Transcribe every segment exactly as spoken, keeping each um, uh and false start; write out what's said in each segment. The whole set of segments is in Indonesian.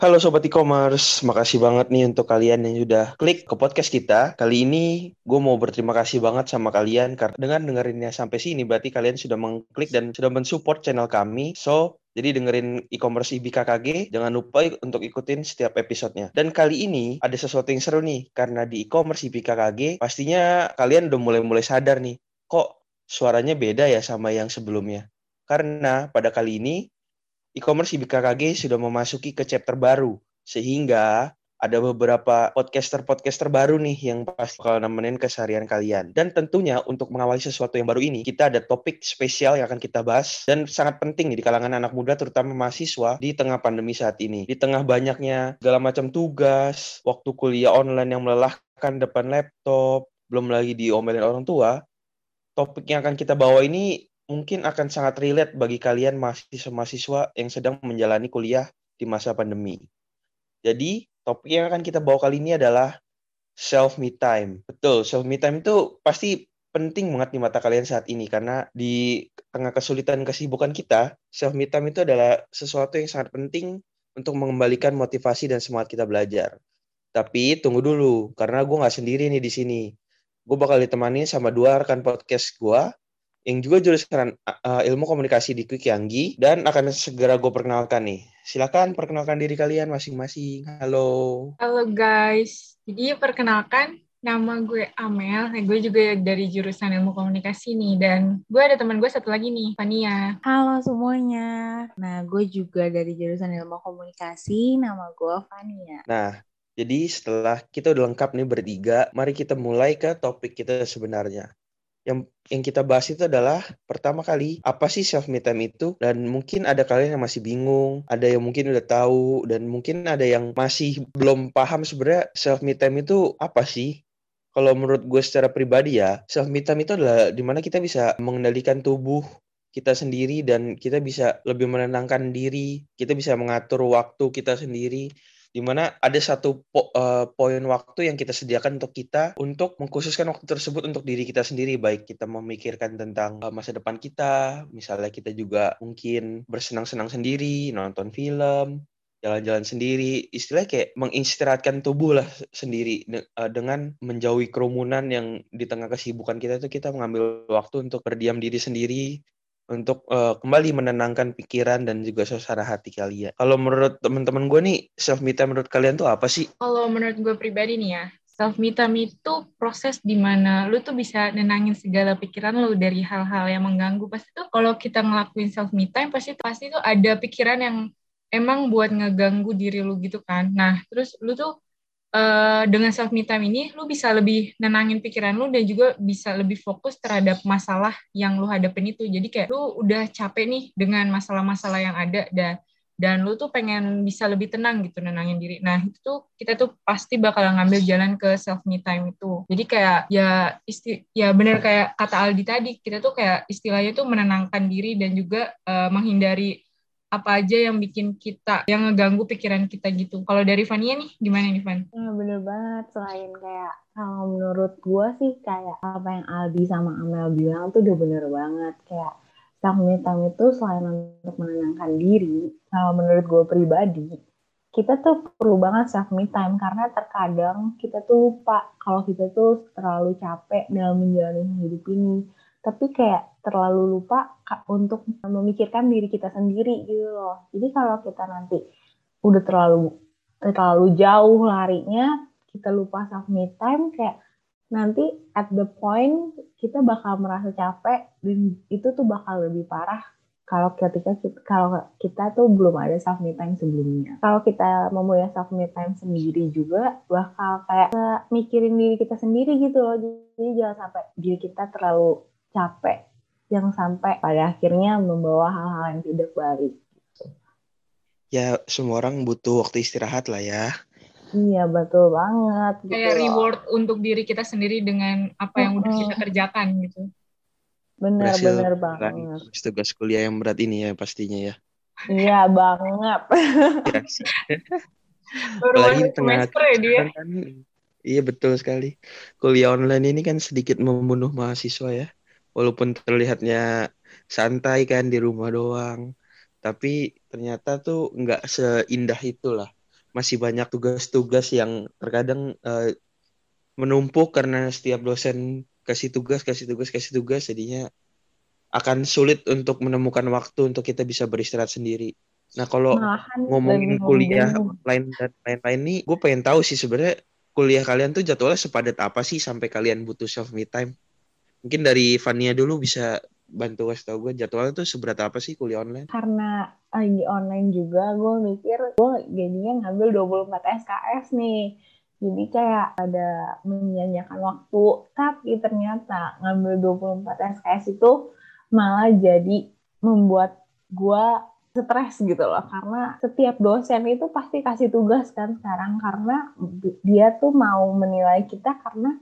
Halo Sobat E-commerce, makasih banget nih untuk kalian yang sudah klik ke podcast kita. Kali ini gue mau berterima kasih banget sama kalian karena dengan dengerinnya sampai sini berarti kalian sudah mengklik dan sudah mensupport channel kami. So, jadi dengerin e-commerce I B K K G, jangan lupa untuk ikutin setiap episodenya. Dan kali ini ada sesuatu yang seru nih, karena di e-commerce I B K K G pastinya kalian udah mulai-mulai sadar nih, kok suaranya beda ya sama yang sebelumnya. Karena pada kali ini e-commerce I B K K G sudah memasuki ke chapter baru, sehingga ada beberapa podcaster-podcaster baru nih yang pasti bakal nemenin keseharian kalian. Dan tentunya untuk mengawali sesuatu yang baru ini, kita ada topik spesial yang akan kita bahas dan sangat penting nih di kalangan anak muda, terutama mahasiswa di tengah pandemi saat ini. Di tengah banyaknya segala macam tugas, waktu kuliah online yang melelahkan depan laptop, belum lagi diomelin orang tua, topik yang akan kita bawa ini mungkin akan sangat relate bagi kalian mahasiswa-mahasiswa yang sedang menjalani kuliah di masa pandemi. Jadi, topik yang akan kita bawa kali ini adalah self-me time. Betul, self-me time itu pasti penting banget di mata kalian saat ini, karena di tengah kesulitan kesibukan kita, self-me time itu adalah sesuatu yang sangat penting untuk mengembalikan motivasi dan semangat kita belajar. Tapi tunggu dulu, karena gue nggak sendiri nih di sini. Gue bakal ditemani sama dua rekan podcast gue yang juga jurusan uh, ilmu komunikasi di Quick Yanggi, dan akan segera gue perkenalkan nih. Silakan perkenalkan diri kalian masing-masing. Halo. Halo guys, jadi perkenalkan nama gue Amel, nah, gue juga dari jurusan ilmu komunikasi nih, dan gue ada teman gue satu lagi nih, Fania. Halo semuanya. Nah, gue juga dari jurusan Ilmu Komunikasi. Nama gue Fania. Nah, jadi setelah kita udah lengkap nih bertiga, mari kita mulai ke topik kita sebenarnya. Yang yang kita bahas itu adalah pertama kali apa sih self me time itu, dan mungkin ada kalian yang masih bingung, ada yang mungkin udah tahu, dan mungkin ada yang masih belum paham sebenarnya self me time itu apa sih. Kalau menurut gue secara pribadi ya, self me time itu adalah dimana kita bisa mengendalikan tubuh kita sendiri dan kita bisa lebih menenangkan diri, kita bisa mengatur waktu kita sendiri, di mana ada satu po- uh, poin waktu yang kita sediakan untuk kita untuk mengkhususkan waktu tersebut untuk diri kita sendiri, baik kita memikirkan tentang uh, masa depan kita, misalnya kita juga mungkin bersenang-senang sendiri, nonton film, jalan-jalan sendiri, istilahnya kayak mengistirahatkan tubuh lah sendiri de- uh, dengan menjauhi kerumunan yang di tengah kesibukan kita itu kita mengambil waktu untuk berdiam diri sendiri untuk uh, kembali menenangkan pikiran dan juga suasana hati kalian. Kalau menurut teman-teman gue nih, self me time menurut kalian tuh apa sih? Kalau menurut gue pribadi nih ya, self me time itu proses di mana lu tuh bisa nenangin segala pikiran lu dari hal-hal yang mengganggu. Pasti tuh kalau kita ngelakuin self me time, pasti tuh pasti tuh ada pikiran yang emang buat ngeganggu diri lu gitu kan. Nah, terus lu tuh eh, dengan self me time ini lu bisa lebih nenangin pikiran lu dan juga bisa lebih fokus terhadap masalah yang lu hadapin itu. Jadi kayak lu udah capek nih dengan masalah-masalah yang ada dan dan lu tuh pengen bisa lebih tenang gitu nenangin diri. Nah, itu tuh kita tuh pasti bakal ngambil jalan ke self me time itu. Jadi kayak ya isti ya bener kayak kata Aldi tadi, kita tuh kayak istilahnya tuh menenangkan diri dan juga eh, menghindari apa aja yang bikin kita, yang ngeganggu pikiran kita gitu. Kalau dari Fania nih, gimana nih, Van? Nah, bener banget. Selain kayak, kalau menurut gue sih kayak apa yang Aldi sama Amel bilang tuh udah bener banget. Kayak self me time itu selain untuk menenangkan diri, kalau menurut gue pribadi, kita tuh perlu banget self me time karena terkadang kita tuh lupa kalau kita tuh terlalu capek dalam menjalani hidup ini. Tapi kayak terlalu lupa ka- untuk memikirkan diri kita sendiri gitu loh. Jadi kalau kita nanti udah terlalu terlalu jauh larinya, kita lupa self me time, kayak nanti at the point kita bakal merasa capek dan itu tuh bakal lebih parah kalau ketika kita, kalau kita tuh belum ada self me time sebelumnya. Kalau kita memulai self me time sendiri juga bakal kayak mikirin diri kita sendiri gitu loh. Jadi jangan sampai diri kita terlalu capek yang sampai pada akhirnya membawa hal-hal yang tidak baik. Ya, semua orang butuh waktu istirahat lah ya. Iya betul banget gitu Kayak loh. reward untuk diri kita sendiri dengan apa yang udah kita Mm-mm. kerjakan gitu. Berhasil Bener-bener menjalankan banget. tugas kuliah yang berat ini ya pastinya ya. Iya banget. Ya, Baru apalagi masuk di tengah semester ya dia. sekarang kan. Iya betul sekali. Kuliah online ini kan sedikit membunuh mahasiswa ya. Walaupun terlihatnya santai kan di rumah doang. Tapi ternyata tuh nggak seindah itulah. masih banyak tugas-tugas yang terkadang uh, menumpuk karena setiap dosen kasih tugas, kasih tugas, kasih tugas, jadinya akan sulit untuk menemukan waktu untuk kita bisa beristirahat sendiri. Nah, kalau Malahan lebih ngomongin kuliah membunuh. lain dan lain-lain nih, gue pengen tahu sih sebenarnya kuliah kalian tuh jadwalnya sepadat apa sih sampai kalian butuh self me time? Mungkin dari Fania dulu bisa bantu kasih tau gue jadwalnya tuh seberat apa sih kuliah online? Karena lagi online juga, gue mikir gue jadinya ngambil dua puluh empat S K S nih. Jadi kayak ada menyanyiakan waktu, tapi ternyata ngambil dua puluh empat S K S itu malah jadi membuat gue stres gitu loh. Karena setiap dosen itu pasti kasih tugas kan sekarang, karena dia tuh mau menilai kita karena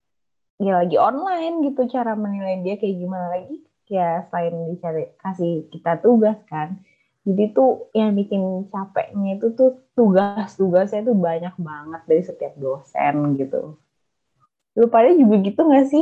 ya lagi online gitu, cara menilai dia kayak gimana lagi ya selain dicari kasih kita tugas kan. Jadi tuh yang bikin capeknya itu tuh tugas-tugasnya tuh banyak banget dari setiap dosen gitu. Lu pada juga gitu gak sih?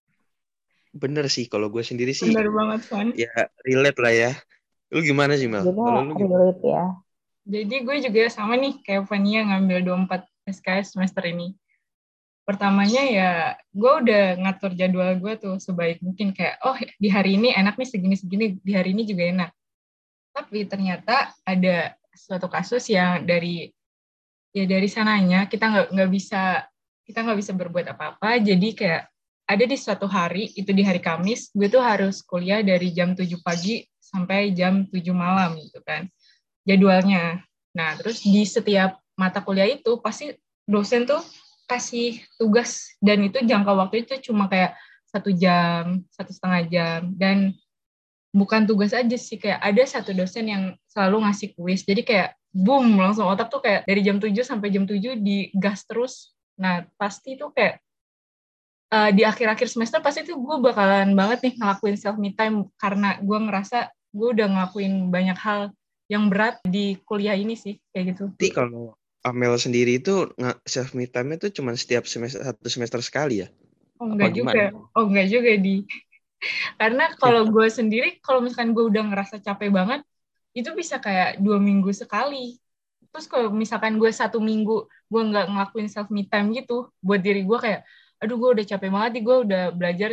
Bener sih, kalau gue sendiri sih Bener banget, Van. ya relate lah ya. Lu gimana sih, Mel? Jadi Kalau lu gimana? relate ya. Jadi gue juga sama nih kayak Vania ngambil dua puluh empat S K S semester ini. Pertamanya ya gue udah ngatur jadwal gue tuh sebaik mungkin, kayak oh di hari ini enak nih segini-segini, di hari ini juga enak. Tapi ternyata ada suatu kasus yang dari ya dari sananya kita nggak nggak bisa kita nggak bisa berbuat apa-apa. Jadi kayak ada di suatu hari, itu di hari Kamis, gue tuh harus kuliah dari jam tujuh pagi sampai jam tujuh malam gitu kan jadwalnya. Nah, terus di setiap mata kuliah itu pasti dosen tuh kasih tugas, dan itu jangka waktu itu cuma kayak satu jam, satu setengah jam, dan bukan tugas aja sih, kayak ada satu dosen yang selalu ngasih kuis. Jadi kayak boom, langsung otak tuh kayak dari jam tujuh sampai jam tujuh digas terus. Nah, pasti tuh kayak uh, di akhir-akhir semester pasti tuh gue bakalan banget nih ngelakuin self me time, karena gue ngerasa gue udah ngelakuin banyak hal yang berat di kuliah ini sih, kayak gitu. Jadi kalau Amel sendiri itu self me time itu cuma setiap semester satu semester sekali ya? Oh Apa enggak juga, gimana? oh enggak juga di. Karena kalau gue sendiri, kalau misalkan gue udah ngerasa capek banget, itu bisa kayak dua minggu sekali. Terus kalau misalkan gue satu minggu gue nggak ngelakuin self me time gitu, buat diri gue kayak, aduh gue udah capek banget nih, gue udah belajar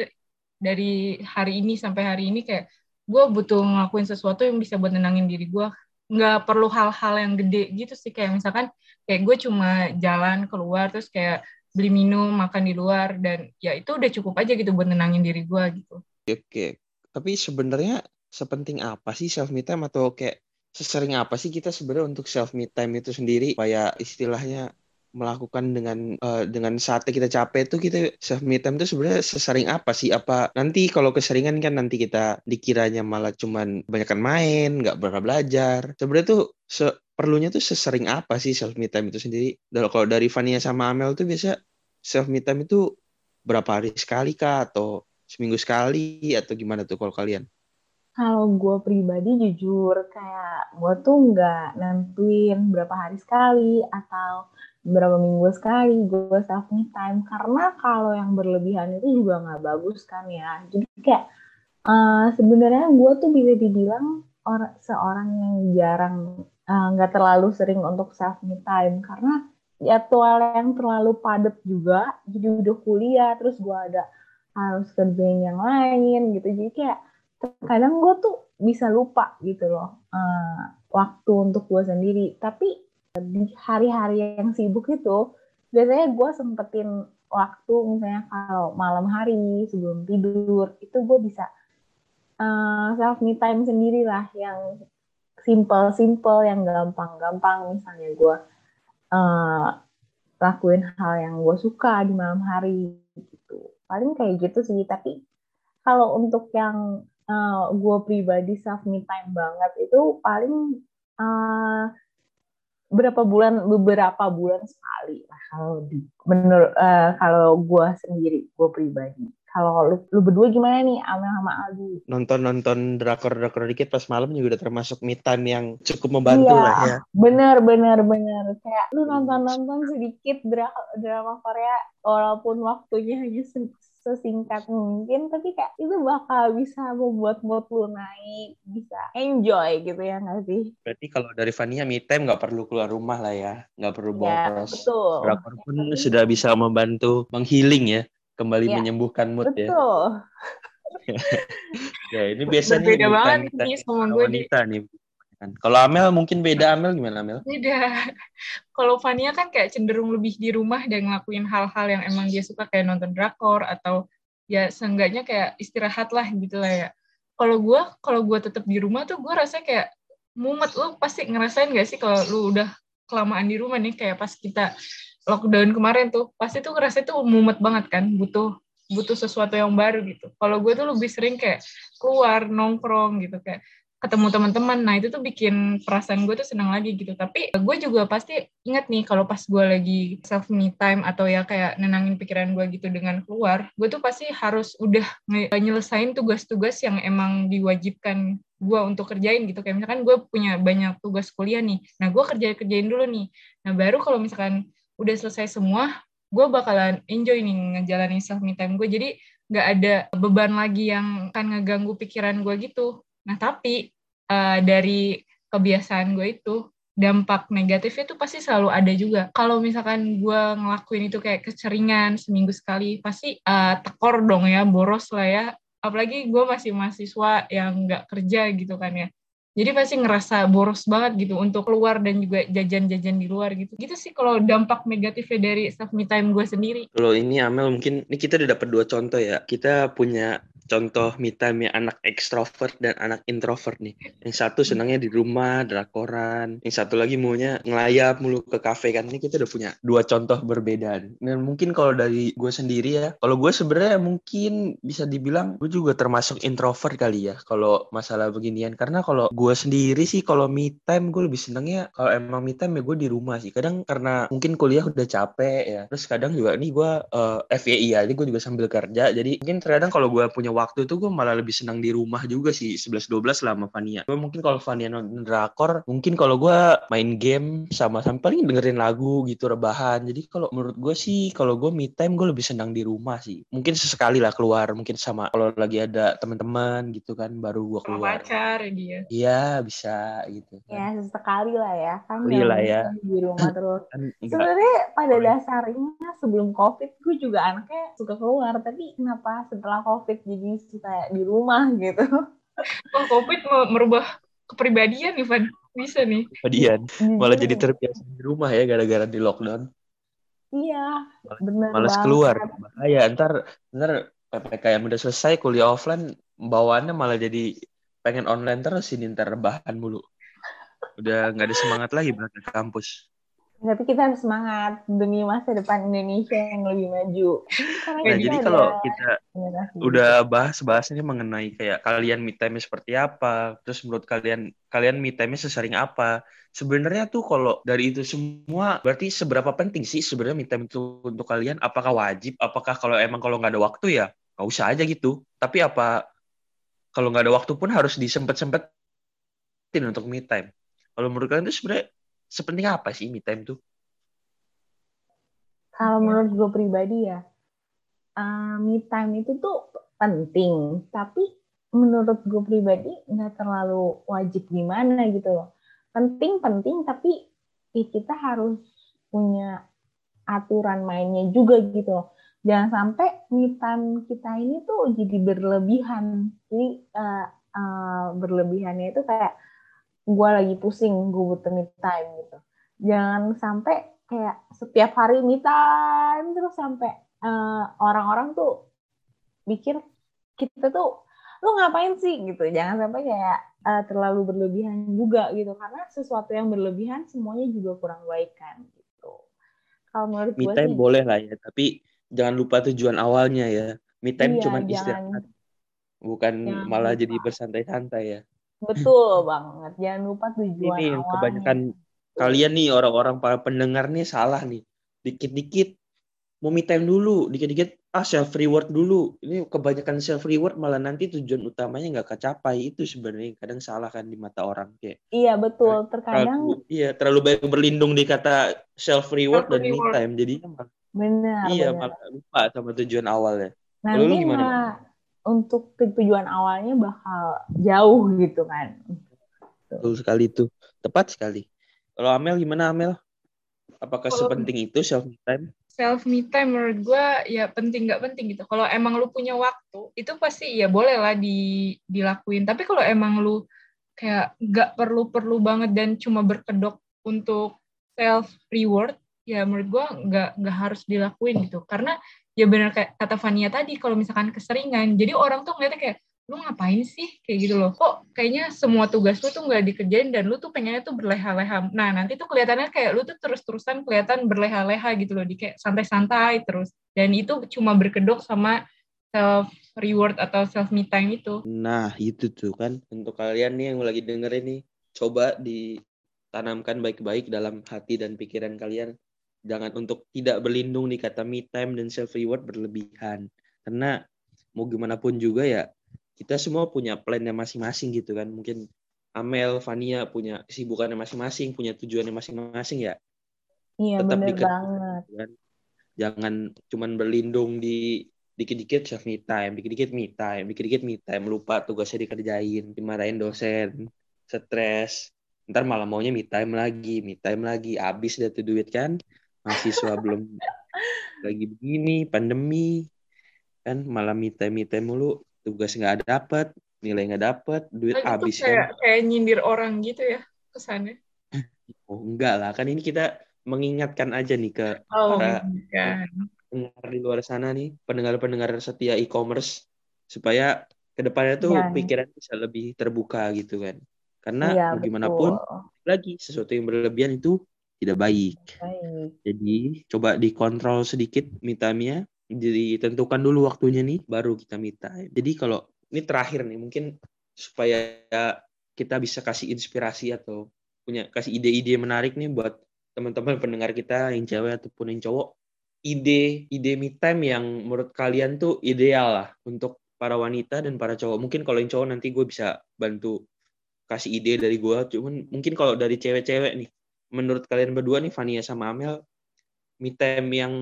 dari hari ini sampai hari ini, kayak gue butuh ngelakuin sesuatu yang bisa buat nenangin diri gue. Nggak perlu hal-hal yang gede gitu sih, kayak misalkan kayak gue cuma jalan keluar, terus kayak beli minum, makan di luar, dan ya itu udah cukup aja gitu buat nenangin diri gue gitu. Oke, tapi sebenarnya sepenting apa sih self me time, atau kayak sesering apa sih kita sebenarnya untuk self me time itu sendiri, supaya istilahnya melakukan dengan uh, dengan saatnya kita capek itu, kita self me time itu sebenarnya sesering apa sih? Apa nanti kalau keseringan kan nanti kita dikiranya malah cuman kebanyakan main, nggak pernah belajar. Sebenarnya tuh se- perlunya tuh sesering apa sih self me time itu sendiri? Dan kalau dari Fania sama Amel tuh biasa self me time itu berapa hari sekali kah, atau seminggu sekali, atau gimana tuh kalau kalian? Kalau gue pribadi jujur kayak gue tuh nggak nentuin berapa hari sekali atau berapa minggu sekali gue self me time, karena kalau yang berlebihan itu juga nggak bagus kan ya. Jadi kayak uh, sebenarnya gue tuh bisa dibilang or- seorang yang jarang uh, nggak uh, terlalu sering untuk self me time, karena jadwal yang terlalu padat juga. Jadi udah kuliah terus gue ada harus kerjain yang lain gitu, jadi kayak kadang gue tuh bisa lupa gitu loh uh, waktu untuk gue sendiri. Tapi di hari-hari yang sibuk itu biasanya gue sempetin waktu, misalnya kalau malam hari sebelum tidur itu gue bisa uh, self me time sendiri lah, yang simple-simple, yang gampang-gampang. Misalnya gue uh, lakuin hal yang gue suka di malam hari gitu, paling kayak gitu sih. Tapi kalau untuk yang uh, gue pribadi self me time banget itu paling uh, berapa bulan beberapa bulan sekali lah kalau di menurut uh, kalau gue sendiri, gue pribadi. Kalau lu, lu berdua gimana nih, Amel sama Aldi? Nonton-nonton drakor-drakor dikit pas malam juga udah termasuk me time yang cukup membantu Iya, lah ya. bener bener bener. Kayak lu nonton-nonton sedikit drama, drama Korea walaupun waktunya hanya sesingkat mungkin, tapi kayak itu bakal bisa membuat mood lu naik, bisa enjoy gitu ya nggak sih? Berarti kalau dari Fania me time nggak perlu keluar rumah lah ya, nggak perlu Ya, boros. betul. Drakor Yang pun penting, sudah bisa membantu menghealing ya, kembali ya, menyembuhkan mood ya. betul. Ya ini biasa nih Berbeda me banget time me nih time sama para gue nih. wanita nih. Kalau Amel mungkin beda. Amel gimana Amel? Beda. Kalau Fania kan kayak cenderung lebih di rumah dan ngelakuin hal-hal yang emang dia suka kayak nonton drakor atau ya seenggaknya kayak istirahat lah gitu lah ya. Kalau gue, kalau gue tetap di rumah tuh gue rasanya kayak mumet. Lu pasti ngerasain gak sih kalau lu udah kelamaan di rumah nih kayak pas kita lockdown kemarin tuh, pasti tuh ngerasa tuh mumet banget kan, butuh butuh sesuatu yang baru gitu. Kalau gue tuh lebih sering kayak keluar nongkrong gitu kayak ketemu teman-teman. Nah, itu tuh bikin perasaan gue tuh senang lagi gitu. Tapi gue juga pasti ingat nih kalau pas gue lagi self me time atau ya kayak nenangin pikiran gue gitu dengan keluar, gue tuh pasti harus udah nyelesain tugas-tugas yang emang diwajibkan gue untuk kerjain gitu. Kayak misalkan gue punya banyak tugas kuliah nih. Nah, gue kerja-kerjain dulu nih. Nah, baru kalau misalkan udah selesai semua, gue bakalan enjoy nih ngejalanin self me time gue. Jadi nggak ada beban lagi yang akan ngeganggu pikiran gue gitu. Nah, tapi uh, dari kebiasaan gue itu, dampak negatifnya itu pasti selalu ada juga. Kalau misalkan gue ngelakuin itu kayak keseringan, seminggu sekali, pasti uh, tekor dong ya, boros lah ya. Apalagi gue masih mahasiswa yang nggak kerja gitu kan ya. Jadi pasti ngerasa boros banget gitu untuk keluar dan juga jajan-jajan di luar gitu. Gitu sih kalau dampak negatifnya dari self me time gue sendiri. Kalau ini Amel mungkin ini kita udah dapat dua contoh ya. Kita punya contoh me time yang anak ekstrovert dan anak introvert nih. Yang satu senangnya di rumah, drakoran. Yang satu lagi maunya ngelayap mulu ke kafe kan. Ini kita udah punya dua contoh berbeda. Dan mungkin kalau dari gue sendiri ya, kalau gue sebenarnya mungkin bisa dibilang gue juga termasuk introvert kali ya kalau masalah beginian. Karena kalau gue sendiri sih kalau me time gue lebih senangnya kalau emang me time ya gue di rumah sih. Kadang karena mungkin kuliah udah capek ya. Terus kadang juga nih gue uh, F Y I aja gue juga sambil kerja. Jadi mungkin terkadang kalau gue punya waktu itu gue malah lebih senang di rumah juga sih, sebelas dua belas lah sama Fania. Gue mungkin kalau Fania nonton drakor, mungkin kalau gue main game sama sama paling dengerin lagu gitu rebahan. Jadi kalau menurut gue sih kalau gue me time gue lebih senang di rumah sih. Mungkin sesekali lah keluar, mungkin sama kalau lagi ada teman-teman gitu kan baru gue Sama keluar. pacar dia. Iya bisa gitu kan. Ya sesekali lah ya, kan Sekali nggak lah ya. mungkin di rumah terus. Kan enggak. Sebenarnya pada Boleh. dasarnya sebelum COVID gue juga anaknya suka keluar, tapi kenapa setelah COVID jadi suka di rumah gitu? Wah, COVID me- merubah kepribadian nih, Van. Bisa nih. Kemudian malah jadi Jujur, terbiasa di rumah ya gara-gara di lockdown. iya, Malas, bener malas keluar. banget. Bahaya. Ntar, ntar P P K M udah selesai, kuliah offline, bawaannya malah jadi pengen online terus ini ntar rebahan mulu. Udah nggak ada semangat lagi berangkat ke kampus. Tapi kita harus semangat demi masa depan Indonesia yang lebih maju. Karena Nah, kita jadi ada kalau kita generasi udah bahas-bahas ini mengenai kayak kalian me time seperti apa, terus menurut kalian kalian me time sesering apa? Sebenarnya tuh kalau dari itu semua berarti seberapa penting sih sebenarnya me time itu untuk kalian? Apakah wajib? Apakah kalau emang kalau nggak ada waktu ya nggak usah aja gitu? Tapi apa kalau nggak ada waktu pun harus disempet-sempetin untuk me time? Kalau menurut kalian itu sebenarnya sepenting apa sih me time tuh? Kalau menurut gue pribadi ya, uh, me time itu tuh penting, tapi menurut gue pribadi nggak terlalu wajib gimana gitu loh. Penting-penting, tapi ya kita harus punya aturan mainnya juga gitu loh. Jangan sampai me time kita ini tuh jadi berlebihan. Jadi uh, uh, berlebihannya itu kayak gue lagi pusing, gue butuh me time gitu. Jangan sampai kayak setiap hari me time terus sampai uh, orang-orang tuh pikir kita tuh lu ngapain sih gitu. Jangan sampai kayak uh, terlalu berlebihan juga gitu, karena sesuatu yang berlebihan semuanya juga kurang baik kan gitu. Kalau menurut Me gue time sih boleh lah ya, tapi jangan lupa tujuan awalnya ya. Me time iya, cuman jangan istirahat, bukan jangan malah lupa. jadi bersantai-santai ya. Betul banget, jangan lupa tujuan Ini yang awalnya. kebanyakan kalian nih orang-orang para pendengar nih salah nih. Dikit-dikit mau me time dulu, dikit-dikit ah self reward dulu. Ini kebanyakan self reward malah nanti tujuan utamanya nggak kecapai. Itu sebenarnya kadang salah kan di mata orang kayak. Iya betul, terkadang Terlalu, iya terlalu banyak berlindung di kata self reward dan me Self-reward. time. Jadinya malah, benar iya benar. malah lupa sama tujuan awalnya. Kalau lu Nanti gimana? malah untuk tujuan awalnya bakal jauh gitu kan. Betul sekali tuh. Tepat sekali. Kalau Amel gimana Amel? Apakah Kalau sepenting itu self time? self me time menurut gue ya penting nggak penting gitu. Kalau emang lu punya waktu, itu pasti ya boleh lah di, dilakuin. Tapi kalau emang lu kayak nggak perlu-perlu banget dan cuma berkedok untuk self reward, ya menurut gue nggak nggak harus dilakuin gitu. Karena ya benar kayak kata Fania tadi, kalau misalkan keseringan, jadi orang tuh ngeliatnya kayak lu ngapain sih kayak gitu loh, kok kayaknya semua tugas lu tuh nggak dikerjain dan lu tuh pengennya tuh berleha-leha. Nah nanti tuh kelihatannya kayak lu tuh terus-terusan kelihatan berleha-leha gitu loh, di kayak santai-santai terus, dan itu cuma berkedok sama self reward atau self me time itu. Nah, itu tuh kan untuk kalian nih yang lagi dengerin nih, coba ditanamkan baik-baik dalam hati dan pikiran kalian. Jangan untuk tidak berlindung di kata me time dan self reward berlebihan. Karena mau gimana pun juga ya, kita semua punya plan-nya masing-masing gitu kan. Mungkin Amel, Fania punya kesibukannya masing-masing, punya tujuannya masing-masing ya. Iya Tetap bener dikerjakan banget. kan. Jangan cuman berlindung di dikit-dikit self me time, dikit-dikit me time, dikit-dikit me time, lupa tugasnya dikerjain, dimarahin dosen, stres. Ntar malah maunya me time lagi, me time lagi, habis dah tuh duit kan. Mahasiswa belum lagi begini, pandemi, kan malah me time, me time mulu, tugas nggak dapet, nilai nggak dapet, duit Lagi tuh habis kan. kayak kayak nyindir orang gitu ya kesannya. Oh enggak lah, kan ini kita mengingatkan aja nih ke Oh para kan. pendengar di luar sana nih, pendengar-pendengar setia e-commerce, supaya kedepannya tuh Iya, pikiran bisa lebih terbuka gitu kan. Karena iya mau gimana betul. pun, lagi sesuatu yang berlebihan itu tidak baik. Baik. Jadi coba dikontrol sedikit me time-nya, ditentukan dulu waktunya nih, baru kita me time. Jadi kalau ini terakhir nih, mungkin supaya kita bisa kasih inspirasi atau punya kasih ide-ide menarik nih buat teman-teman pendengar kita yang cewek ataupun yang cowok, ide ide me time yang menurut kalian tuh ideal lah untuk para wanita dan para cowok. Mungkin kalau yang cowok nanti gue bisa bantu kasih ide dari gue. Cuman mungkin kalau dari cewek-cewek nih, menurut kalian berdua nih, Fania sama Amel, me time yang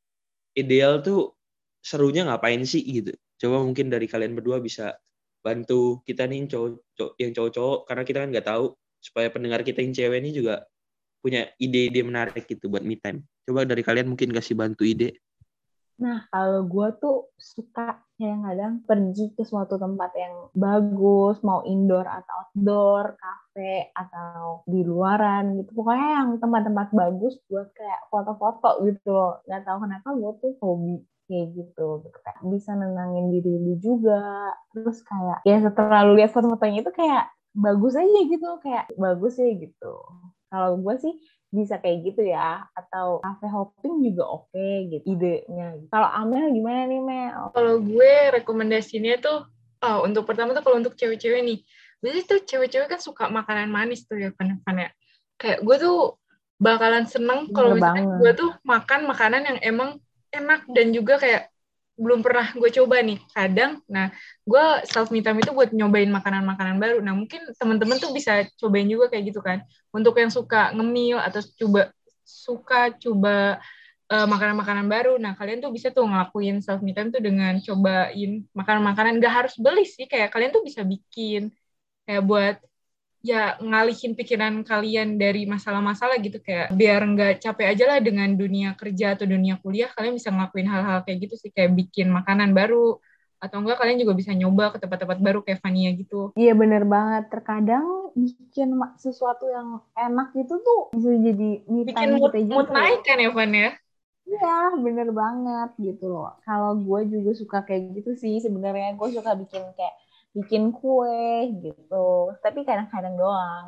ideal tuh serunya ngapain sih gitu. Coba mungkin dari kalian berdua bisa bantu kita nih yang cowok, cowok yang cowok-cowok, karena kita kan nggak tahu, supaya pendengar kita yang cewek ini juga punya ide-ide menarik gitu buat me time. Coba dari kalian mungkin kasih bantu ide. Nah, kalau gue tuh suka kadang-kadang pergi ke suatu tempat yang bagus, mau indoor atau outdoor, kafe atau di luaran gitu. Pokoknya yang tempat-tempat bagus buat kayak foto-foto gitu loh. Gak tahu kenapa gue tuh hobi kayak gitu, gitu. Kayak bisa nenangin diri lu juga. Terus kayak ya setelah lu lihat foto-fotonya itu kayak bagus aja gitu, kayak bagus ya gitu. Kalau gue sih bisa kayak gitu ya, atau cafe hopping juga oke okay, gitu idenya. Kalau Amel gimana nih Mel? Kalau gue rekomendasinya tuh, oh, untuk pertama tuh kalau untuk cewek-cewek nih, biasanya tuh cewek-cewek kan suka makanan manis tuh ya kan, ya. Kayak gue tuh bakalan seneng kalau Bener misalnya banget. gue tuh makan makanan yang emang enak dan juga kayak belum pernah gue coba nih kadang. Nah, gue self me time itu buat nyobain makanan-makanan baru. Nah, mungkin teman-teman tuh bisa cobain juga kayak gitu kan. Untuk yang suka ngemil atau coba suka coba uh, makanan-makanan baru. Nah, kalian tuh bisa tuh ngelakuin self me time tuh dengan cobain makanan-makanan. Gak harus beli sih, kayak kalian tuh bisa bikin kayak buat ya ngalihin pikiran kalian dari masalah-masalah gitu, kayak biar nggak capek aja lah dengan dunia kerja atau dunia kuliah, kalian bisa ngelakuin hal-hal kayak gitu sih, kayak bikin makanan baru atau enggak kalian juga bisa nyoba ke tempat-tempat baru kayak Fania gitu. Iya bener banget. Terkadang bikin sesuatu yang enak itu tuh bisa jadi me Bikin time mood, kita mood juga naik loh. kan ya Van ya. Iya bener banget gitu loh. Kalau gue juga suka kayak gitu sih. Sebenarnya gue suka bikin kayak bikin kue gitu. Tapi kadang-kadang doang.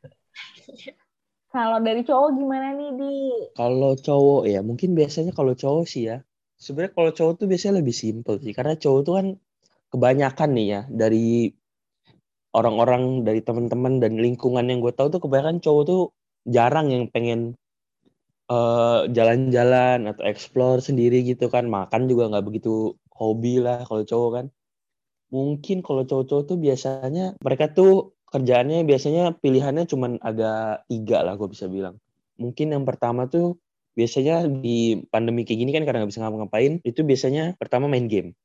Kalau dari cowok gimana nih, Di? Kalau cowok ya, mungkin biasanya kalau cowok sih ya, sebenarnya kalau cowok tuh biasanya lebih simpel sih, karena cowok tuh kan kebanyakan nih ya, dari orang-orang, dari teman-teman dan lingkungan yang gue tahu tuh kebanyakan cowok tuh jarang yang pengen uh, jalan-jalan atau explore sendiri gitu kan, makan juga nggak begitu hobi lah kalau cowok kan. Mungkin kalau cowok-cowok tuh biasanya mereka tuh kerjaannya biasanya pilihannya cuman ada tiga lah gue bisa bilang. Mungkin yang pertama tuh biasanya di pandemi kayak gini kan karena nggak bisa ngapa-ngapain, itu biasanya pertama main game.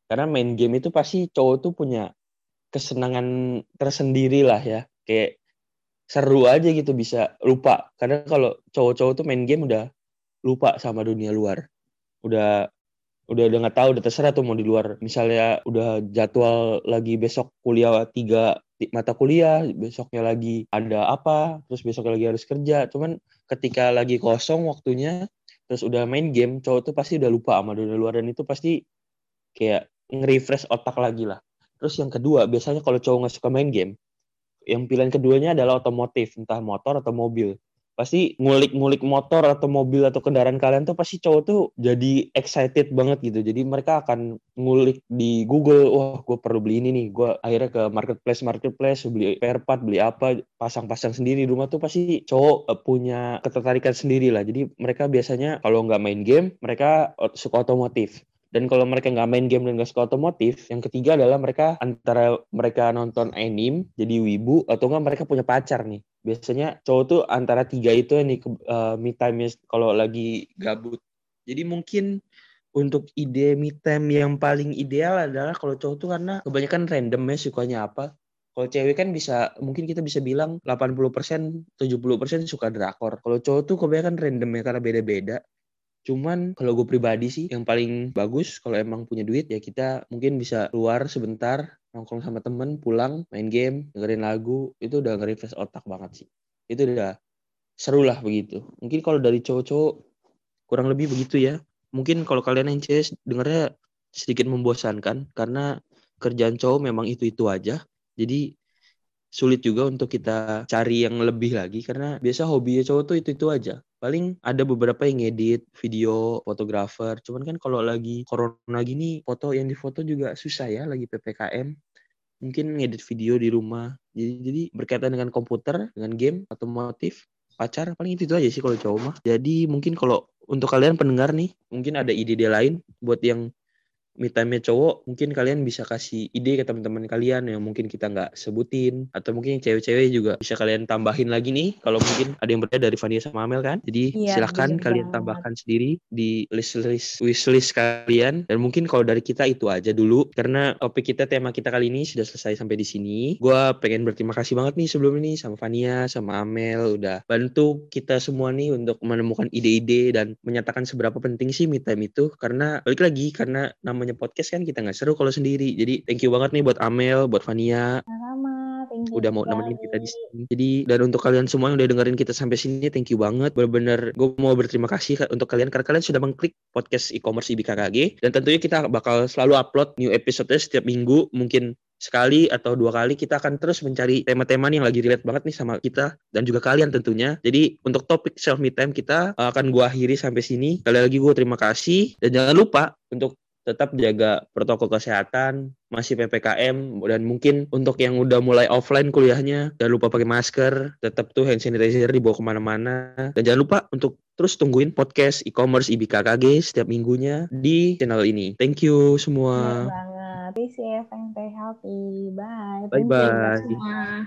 Karena main game itu pasti cowok tuh punya kesenangan tersendiri lah ya. Kayak seru aja gitu bisa lupa. Karena kalau cowok-cowok tuh main game udah lupa sama dunia luar. Udah udah udah nggak tahu, udah terserah tuh mau di luar. Misalnya udah jadwal lagi besok kuliah tiga mata kuliah, besoknya lagi ada apa, terus besoknya lagi harus kerja. Cuman ketika lagi kosong waktunya, terus udah main game, cowok tuh pasti udah lupa sama dunia luar dan itu pasti kayak nge-refresh otak lagi lah. Terus yang kedua, biasanya kalau cowok nggak suka main game, yang pilihan keduanya adalah otomotif, entah motor atau mobil. Pasti ngulik-ngulik motor atau mobil atau kendaraan kalian tuh pasti cowok tuh jadi excited banget gitu. Jadi mereka akan ngulik di Google, wah gue perlu beli ini nih. Gue akhirnya ke marketplace-marketplace, beli spare part, beli apa, pasang-pasang sendiri. Di rumah tuh pasti cowok uh, punya ketertarikan sendiri lah. Jadi mereka biasanya kalau nggak main game, mereka suka otomotif. Dan kalau mereka nggak main game dan nggak suka otomotif, yang ketiga adalah mereka antara mereka nonton anime, jadi wibu, atau nggak mereka punya pacar nih. Biasanya cowok tuh antara tiga itu nih uh, me time kalau lagi gabut. Jadi mungkin untuk ide me time yang paling ideal adalah kalau cowok tuh karena kebanyakan random ya sukanya apa. Kalau cewek kan bisa, mungkin kita bisa bilang delapan puluh persen, tujuh puluh persen suka drakor. Kalau cowok tuh kebanyakan random ya karena beda-beda. Cuman kalau gue pribadi sih yang paling bagus kalau emang punya duit ya kita mungkin bisa keluar sebentar, nongkrong sama temen, pulang, main game, dengerin lagu, itu udah nge-refresh otak banget sih. Itu udah seru lah begitu. Mungkin kalau dari cowok-cowok kurang lebih begitu ya. Mungkin kalau kalian yang cewek dengernya sedikit membosankan karena kerjaan cowok memang itu-itu aja. Jadi sulit juga untuk kita cari yang lebih lagi karena biasa hobinya cowok tuh itu-itu aja. Paling ada beberapa yang ngedit video, fotografer. Cuman kan kalau lagi corona gini, foto yang difoto juga susah ya, lagi P P K M. Mungkin ngedit video di rumah. Jadi, jadi berkaitan dengan komputer, dengan game, otomotif, pacar, paling itu, itu aja sih kalau cowok mah. Jadi mungkin kalau untuk kalian pendengar nih, mungkin ada ide-ide lain buat yang me time-nya cowok, mungkin kalian bisa kasih ide ke teman-teman kalian yang mungkin kita nggak sebutin, atau mungkin yang cewek-cewek juga bisa kalian tambahin lagi nih, kalau mungkin ada yang berbeda dari Fania sama Amel kan. Jadi Iya, silahkan bener kalian banget. tambahkan sendiri di list-list wishlist kalian. Dan mungkin kalau dari kita itu aja dulu, karena topik kita, tema kita kali ini sudah selesai sampai di sini. Gue pengen berterima kasih banget nih sebelum ini sama Fania, sama Amel, udah bantu kita semua nih untuk menemukan ide-ide dan menyatakan seberapa penting sih me time itu. Karena balik lagi, karena namanya podcast kan kita nggak seru kalau sendiri. Jadi thank you banget nih buat Amel, buat Fania. Sama-sama, thank you Udah mau juga nemenin nih. kita di sini. Jadi dan untuk kalian semua yang udah dengerin kita sampai sini, thank you banget. Bener-bener gue mau berterima kasih untuk kalian karena kalian sudah mengklik podcast e-commerce I B K K G. Dan tentunya kita bakal selalu upload new episode setiap minggu, mungkin sekali atau dua kali. Kita akan terus mencari tema-tema yang lagi relate banget nih sama kita dan juga kalian tentunya. Jadi untuk topik self me time kita akan gue akhiri sampai sini. Sekali lagi gue terima kasih dan jangan lupa untuk tetap jaga protokol kesehatan, masih P P K M, dan mungkin untuk yang udah mulai offline kuliahnya, jangan lupa pakai masker, tetap tuh hand sanitizer dibawa kemana-mana, dan jangan lupa untuk terus tungguin podcast e-commerce I B K K G setiap minggunya di channel ini. Thank you semua. Bener banget. Stay safe and stay healthy. Bye. Bye-bye. Semua.